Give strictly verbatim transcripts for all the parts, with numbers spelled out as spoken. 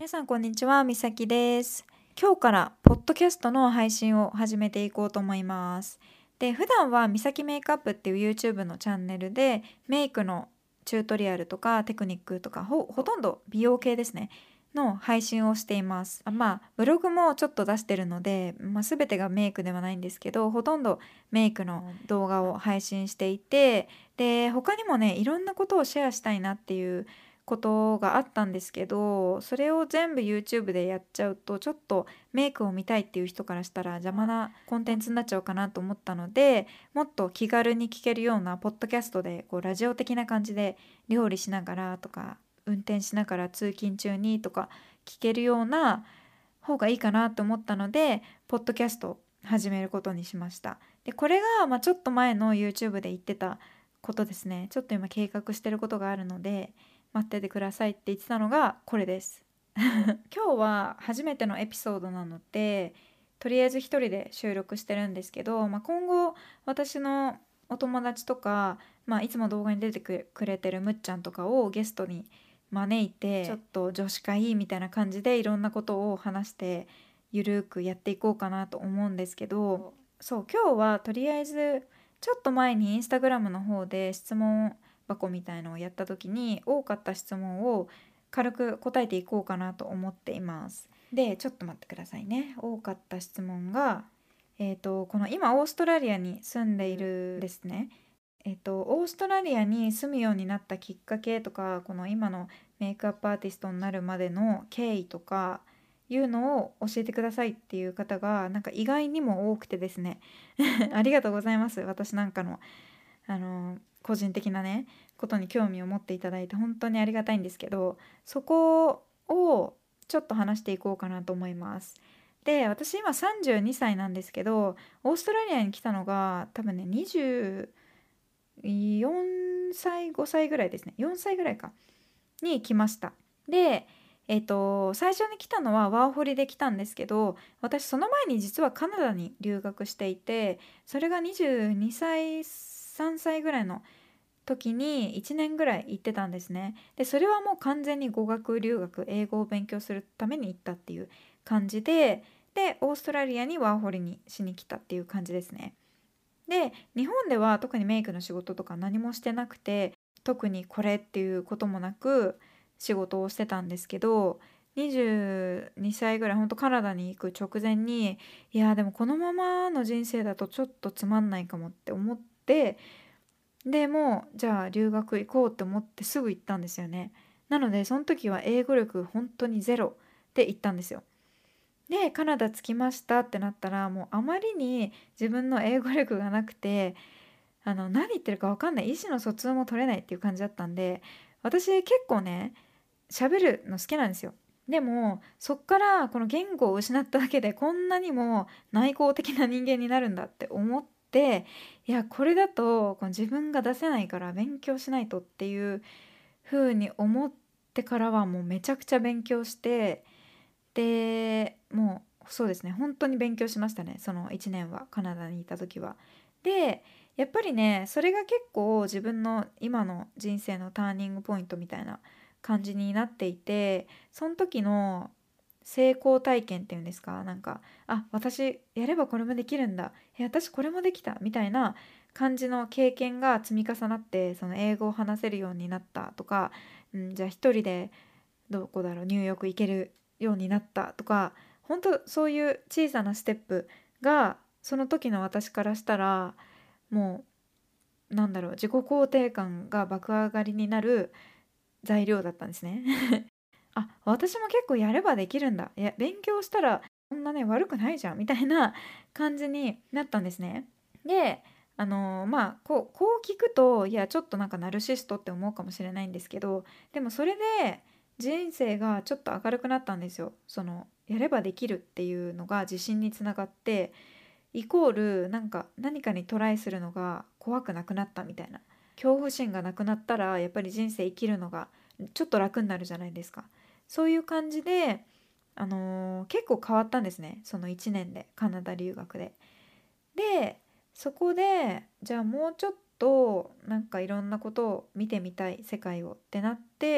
皆さんこんにちは、みさきです。今日からポッドキャストの配信を始めていこうと思います。で、普段はみさきメイクアップっていう YouTube のチャンネルでメイクのチュートリアルとかテクニックとかほ、ほとんど美容系ですねの配信をしています。あまあブログもちょっと出してるので、まあ、全てがメイクではないんですけど、ほとんどメイクの動画を配信していて、で他にもねいろんなことをシェアしたいなっていうことがあったんですけど、それを全部 YouTube でやっちゃうとちょっとメイクを見たいっていう人からしたら邪魔なコンテンツになっちゃうかなと思ったので、もっと気軽に聞けるようなポッドキャストでこうラジオ的な感じで料理しながらとか運転しながら通勤中にとか聞けるような方がいいかなと思ったので、ポッドキャストを始めることにしました。でこれがまあちょっと前の YouTube で言ってたことですね。ちょっと今計画してることがあるので待っててくださいって言ってたのがこれです今日は初めてのエピソードなので、とりあえず一人で収録してるんですけど、まあ、今後私のお友達とか、まあ、いつも動画に出てくれてるむっちゃんとかをゲストに招いて、ちょっと女子会みたいな感じでいろんなことを話してゆるくやっていこうかなと思うんですけど、そう今日はとりあえずちょっと前にインスタグラムの方で質問箱みたいのをやった時に多かった質問を軽く答えていこうかなと思っています。でちょっと待ってくださいね。多かった質問が、えーと、この今オーストラリアに住んでいるですね、えーと、オーストラリアに住むようになったきっかけとか、この今のメイクアップアーティストになるまでの経緯とかいうのを教えてくださいっていう方がなんか意外にも多くてですねありがとうございます。私なんかのあの個人的なねことに興味を持っていただいて本当にありがたいんですけど、そこをちょっと話していこうかなと思います。で私今さんじゅうにさいなんですけど、オーストラリアに来たのが多分ねにじゅうよんさいごさいぐらいですね、よんさいぐらいかに来ました。でえっと最初に来たのはワーホリで来たんですけど、私その前に実はカナダに留学していて、それがにじゅうにさいさんさいぐらいの時にいちねんぐらい行ってたんですね。でそれはもう完全に語学留学、英語を勉強するために行ったっていう感じで、でオーストラリアにワーホリにしに来たっていう感じですね。で日本では特にメイクの仕事とか何もしてなくて、特にこれっていうこともなく仕事をしてたんですけど、にじゅうにさいぐらい本当カナダに行く直前に、いやでもこのままの人生だとちょっとつまんないかもって思って、でもうじゃあ留学行こうって思ってすぐ行ったんですよね。なのでその時は英語力本当にゼロで行ったんですよ。でカナダ着きましたってなったら、もうあまりに自分の英語力がなくて、あの何言ってるか分かんない、意思の疎通も取れないっていう感じだったんで、私結構ね喋るの好きなんですよ。でもそっからこの言語を失っただけでこんなにも内向的な人間になるんだって思って、いやこれだとこの自分が出せないから勉強しないとっていう風に思ってからはもうめちゃくちゃ勉強して、でもうそうですね本当に勉強しましたね、そのいちねんはカナダにいた時は。でやっぱりねそれが結構自分の今の人生のターニングポイントみたいな感じになっていて、その時の成功体験っていうんですか、なんかあ私やればこれもできるんだ、え私これもできたみたいな感じの経験が積み重なって、その英語を話せるようになったとか、うん、じゃあ一人でどこだろうニューヨーク行けるようになったとか、本当そういう小さなステップがその時の私からしたらもうなんだろう自己肯定感が爆上がりになる材料だったんですねあ私も結構やればできるんだ、いや勉強したらそんなね悪くないじゃんみたいな感じになったんですね。であのーまあこう、こう聞くといやちょっとなんかナルシストって思うかもしれないんですけど、でもそれで人生がちょっと明るくなったんですよ。そのやればできるっていうのが自信につながって、イコールなんか何かにトライするのが怖くなくなったみたいな、恐怖心がなくなったらやっぱり人生生きるのがちょっと楽になるじゃないですか。そういう感じで、あのー結構変わったんですね、そのいちねんでカナダ留学で。でそこでじゃあもうちょっとなんかいろんなことを見てみたい世界をってなって、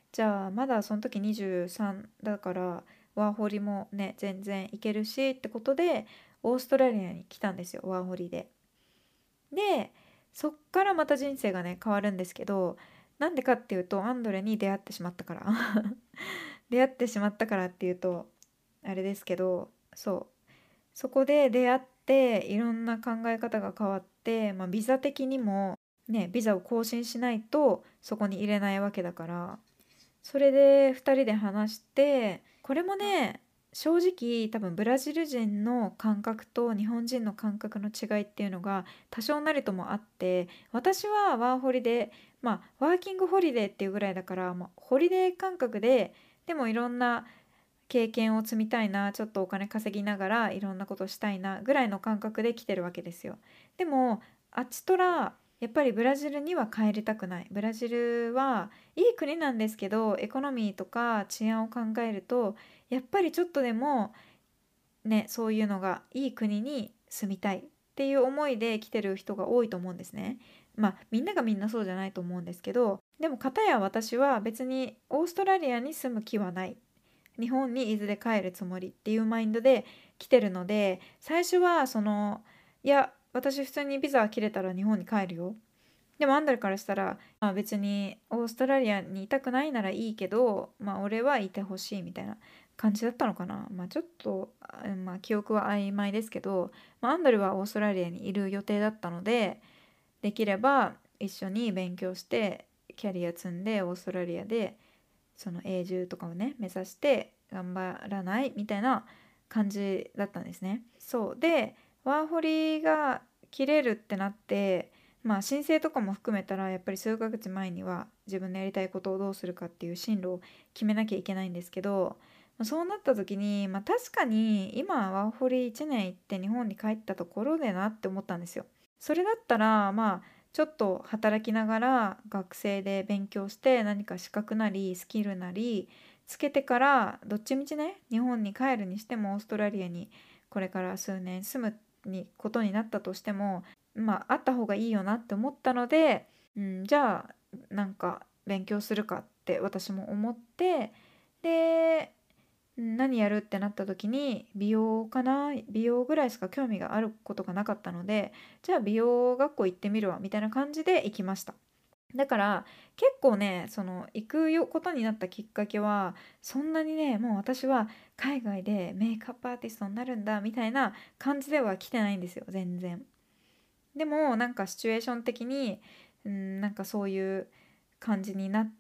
じゃあまだその時にじゅうさんだからワーホリもね全然行けるしってことでオーストラリアに来たんですよ、ワーホリで。でそっからまた人生がね変わるんですけど、なんでかっていうとアンドレに出会ってしまったから出会ってしまったからっていうとあれですけど、そうそこで出会っていろんな考え方が変わって、まあ、ビザ的にもねビザを更新しないとそこに入れないわけだから、それでふたりで話して、これもね正直多分ブラジル人の感覚と日本人の感覚の違いっていうのが多少なりともあって、私はワーホリでまあワーキングホリデーっていうぐらいだから、まあ、ホリデー感覚ででもいろんな経験を積みたいな、ちょっとお金稼ぎながらいろんなことしたいなぐらいの感覚で来てるわけですよ。でもあっちとらやっぱりブラジルには帰りたくない。ブラジルはいい国なんですけど、エコノミーとか治安を考えるとやっぱりちょっとでもねそういうのがいい国に住みたいっていう思いで来てる人が多いと思うんですね。まあみんながみんなそうじゃないと思うんですけど、でも片や私は別にオーストラリアに住む気はない、日本にいずれ帰るつもりっていうマインドで来てるので、最初はそのいや私普通にビザ切れたら日本に帰るよ、でもアンドレからしたら、まあ、別にオーストラリアにいたくないならいいけど、まあ、俺はいてほしいみたいな感じだったのかな。まあちょっと、あまあ、記憶は曖昧ですけど、まあ、アンドレはオーストラリアにいる予定だったので、できれば一緒に勉強してキャリア積んでオーストラリアでその永住とかをね目指して頑張らないみたいな感じだったんですね。そうでワーホリが切れるってなって、まあ申請とかも含めたらやっぱり数ヶ月前には自分のやりたいことをどうするかっていう進路を決めなきゃいけないんですけど、まあそうなった時に、まあ、確かに今ワーホリいちねん行って日本に帰ったところでなって思ったんですよ。それだったらまあちょっと働きながら学生で勉強して何か資格なりスキルなりつけてからどっちみちね日本に帰るにしてもオーストラリアにこれから数年住むにことになったとしてもまああった方がいいよなって思ったので、うん、じゃあなんか勉強するかって私も思って、で何やるってなった時に美容かな、美容ぐらいしか興味があることがなかったので、じゃあ美容学校行ってみるわみたいな感じで行きました。だから結構ねその行くよことになったきっかけはそんなにねもう私は海外でメイクアップアーティストになるんだみたいな感じでは来てないんですよ全然。でもなんかシチュエーション的に、うん、なんかそういう感じになって、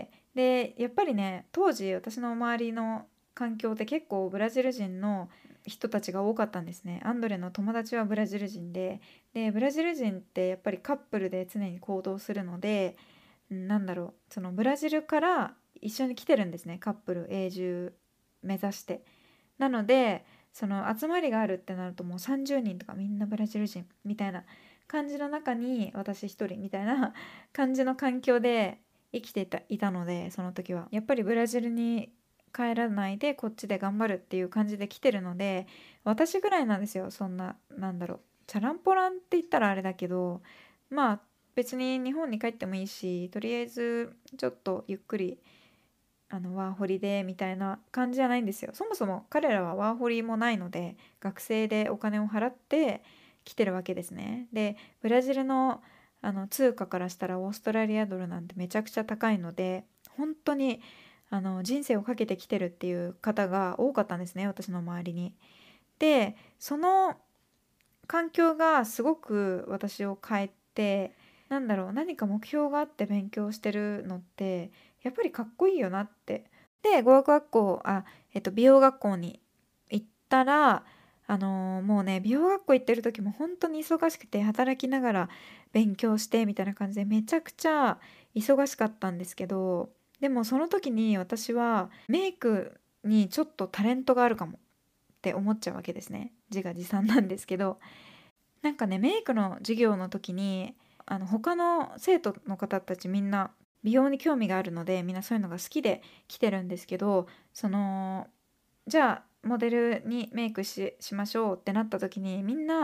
でやっぱりね当時私の周りの環境って結構ブラジル人の人たちが多かったんですね。アンドレの友達はブラジル人で、でブラジル人ってやっぱりカップルで常に行動するので、うんなんだろう、そのブラジルから一緒に来てるんですね、カップル永住目指して。なのでその集まりがあるってなるともうさんじゅうにんとかみんなブラジル人みたいな感じの中に私一人みたいな感じの環境で生きていた、いたので、その時はやっぱりブラジルに帰らないでこっちで頑張るっていう感じで来てるので、私ぐらいなんですよ、そんななんだろうチャランポランって言ったらあれだけど、まあ別に日本に帰ってもいいし、とりあえずちょっとゆっくりあのワーホリでみたいな感じじゃないんですよ。そもそも彼らはワーホリもないので学生でお金を払って来てるわけですね。でブラジルの、あの通貨からしたらオーストラリアドルなんてめちゃくちゃ高いので、本当にあの人生をかけてきてるっていう方が多かったんですね、私の周りに。でその環境がすごく私を変えて、なんだろう、何か目標があって勉強してるのってやっぱりかっこいいよなって。で語学学校あ、えっと、美容学校に行ったら、あのーもうね美容学校行ってる時も本当に忙しくて働きながら勉強してみたいな感じでめちゃくちゃ忙しかったんですけど、でもその時に私はメイクにちょっとタレントがあるかもって思っちゃうわけですね。自画自賛なんですけど、なんかねメイクの授業の時にあの他の生徒の方たちみんな美容に興味があるのでみんなそういうのが好きで来てるんですけど、そのじゃあモデルにメイクし、しましょうってなった時にみんな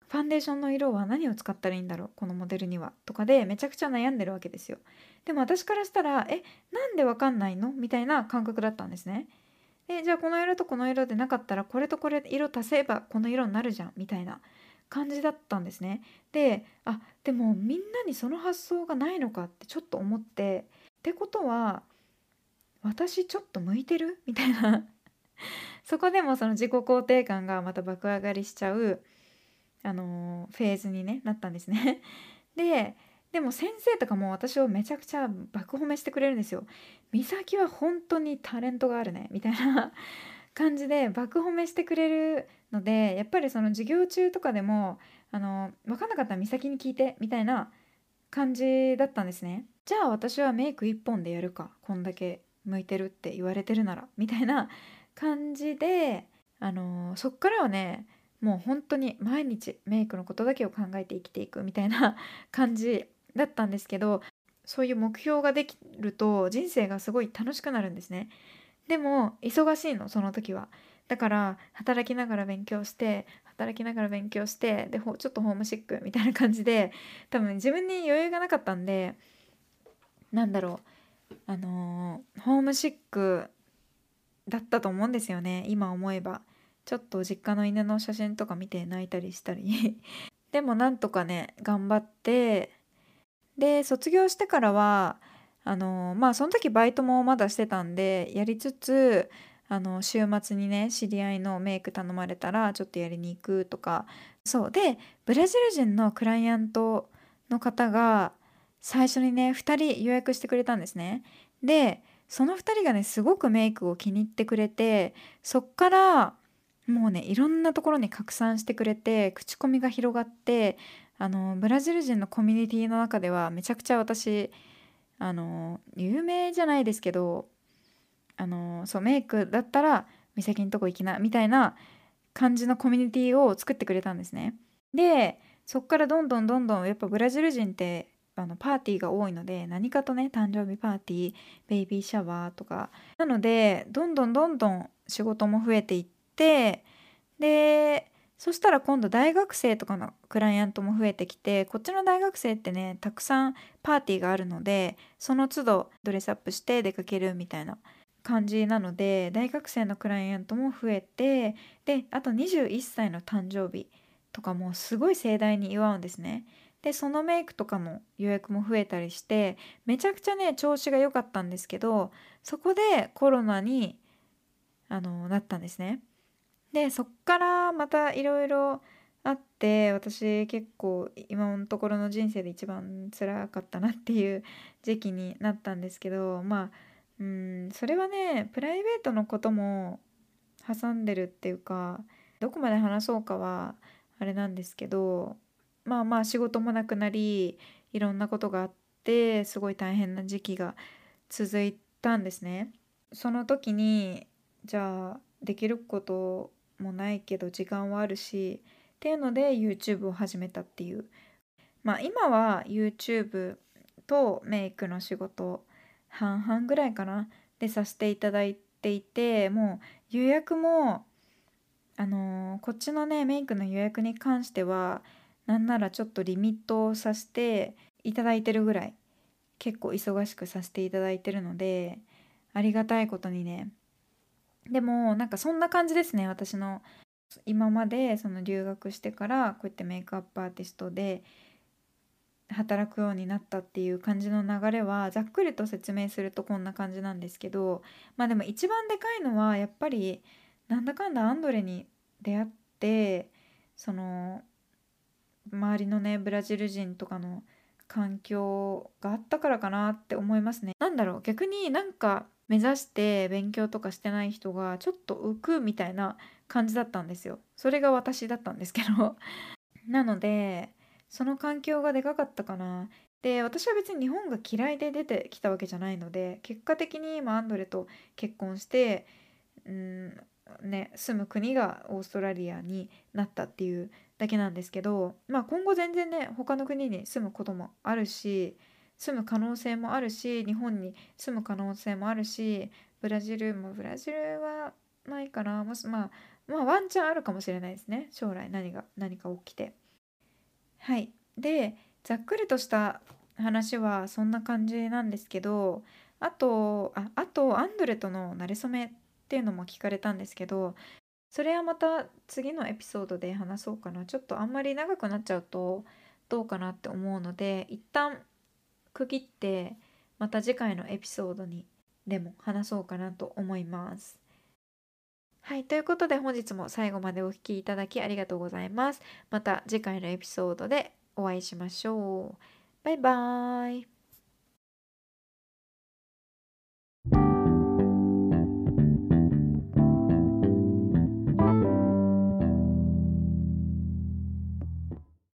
ファンデーションの色は何を使ったらいいんだろうこのモデルにはとかでめちゃくちゃ悩んでるわけですよ。でも私からしたらえなんでわかんないのみたいな感覚だったんですね。でじゃあこの色とこの色でなかったらこれとこれ色足せばこの色になるじゃんみたいな感じだったんですね。であでもみんなにその発想がないのかってちょっと思って、ってことは私ちょっと向いてるみたいなそこでもその自己肯定感がまた爆上がりしちゃう、あのーフェーズに、ね、なったんですね。ででも先生とかも私をめちゃくちゃ爆褒めしてくれるんですよ。美咲は本当にタレントがあるねみたいな感じで爆褒めしてくれるので、やっぱりその授業中とかでもあの分かんなかったら美咲に聞いてみたいな感じだったんですね。じゃあ私はメイク一本でやるか、こんだけ向いてるって言われてるならみたいな感じで、あのそっからはねもう本当に毎日メイクのことだけを考えて生きていくみたいな感じだったんですけど、そういう目標ができると人生がすごい楽しくなるんですね。でも忙しいのその時は。だから働きながら勉強して働きながら勉強してでほちょっとホームシックみたいな感じで、多分自分に余裕がなかったんで、なんだろうあのーホームシックだったと思うんですよね、今思えば。ちょっと実家の犬の写真とか見て泣いたりしたりでもなんとかね頑張って、で卒業してからはあのまあその時バイトもまだしてたんでやりつつ、あの週末にね知り合いのメイク頼まれたらちょっとやりに行くとか。そうでブラジル人のクライアントの方が最初にねふたり予約してくれたんですね。でそのふたりがねすごくメイクを気に入ってくれて、そっからもうねいろんなところに拡散してくれて口コミが広がって、あのブラジル人のコミュニティの中ではめちゃくちゃ私あの有名じゃないですけど、あのそうメイクだったら美咲んとこ行きなみたいな感じのコミュニティを作ってくれたんですね。でそっからどんどんどんどんやっぱブラジル人ってあのパーティーが多いので、何かとね誕生日パーティーベイビーシャワーとかなのでどんどんどんどん仕事も増えていって、でそしたら今度大学生とかのクライアントも増えてきて、こっちの大学生ってねたくさんパーティーがあるのでその都度ドレスアップして出かけるみたいな感じなので、大学生のクライアントも増えて、であとにじゅういっさいの誕生日とかもすごい盛大に祝うんですね。でそのメイクとかも予約も増えたりしてめちゃくちゃね調子が良かったんですけど、そこでコロナにあのなったんですね。でそっからまたいろいろあって、私結構今のところの人生で一番辛かったなっていう時期になったんですけど、まあうんそれはねプライベートのことも挟んでるっていうか、どこまで話そうかはあれなんですけど、まあまあ仕事もなくなりいろんなことがあってすごい大変な時期が続いたんですね。その時にじゃあできることもないけど時間はあるしっていうので YouTube を始めたっていう。まあ今は YouTube とメイクの仕事半々ぐらいかなでさせていただいていて、もう予約もあのーこっちのねメイクの予約に関してはなんならちょっとリミットをさせていただいてるぐらい結構忙しくさせていただいてるので、ありがたいことにね。でもなんかそんな感じですね、私の今までその留学してからこうやってメイクアップアーティストで働くようになったっていう感じの流れはざっくりと説明するとこんな感じなんですけど、まあでも一番でかいのはやっぱりなんだかんだアンドレに出会って、その周りのねブラジル人とかの環境があったからかなって思いますね。なんだろう逆になんか目指して勉強とかしてない人がちょっと浮くみたいな感じだったんですよ。それが私だったんですけどなのでその環境がでかかったかな。で私は別に日本が嫌いで出てきたわけじゃないので、結果的に今アンドレと結婚してうんね、住む国がオーストラリアになったっていうだけなんですけど、まあ今後全然ね他の国に住むこともあるし住む可能性もあるし日本に住む可能性もあるし、ブラジルもブラジルはないかな、もしまあまあワンチャンあるかもしれないですね、将来何が何か起きて。 はい。で、ざっくりとした話はそんな感じなんですけど、あと、あ、あとアンドレとの馴れ初めっていうのも聞かれたんですけど、それはまた次のエピソードで話そうかな。ちょっとあんまり長くなっちゃうとどうかなって思うので、一旦区切ってまた次回のエピソードにでも話そうかなと思います。はい、ということで本日も最後までお聞きいただきありがとうございます。また次回のエピソードでお会いしましょう。バイバーイ。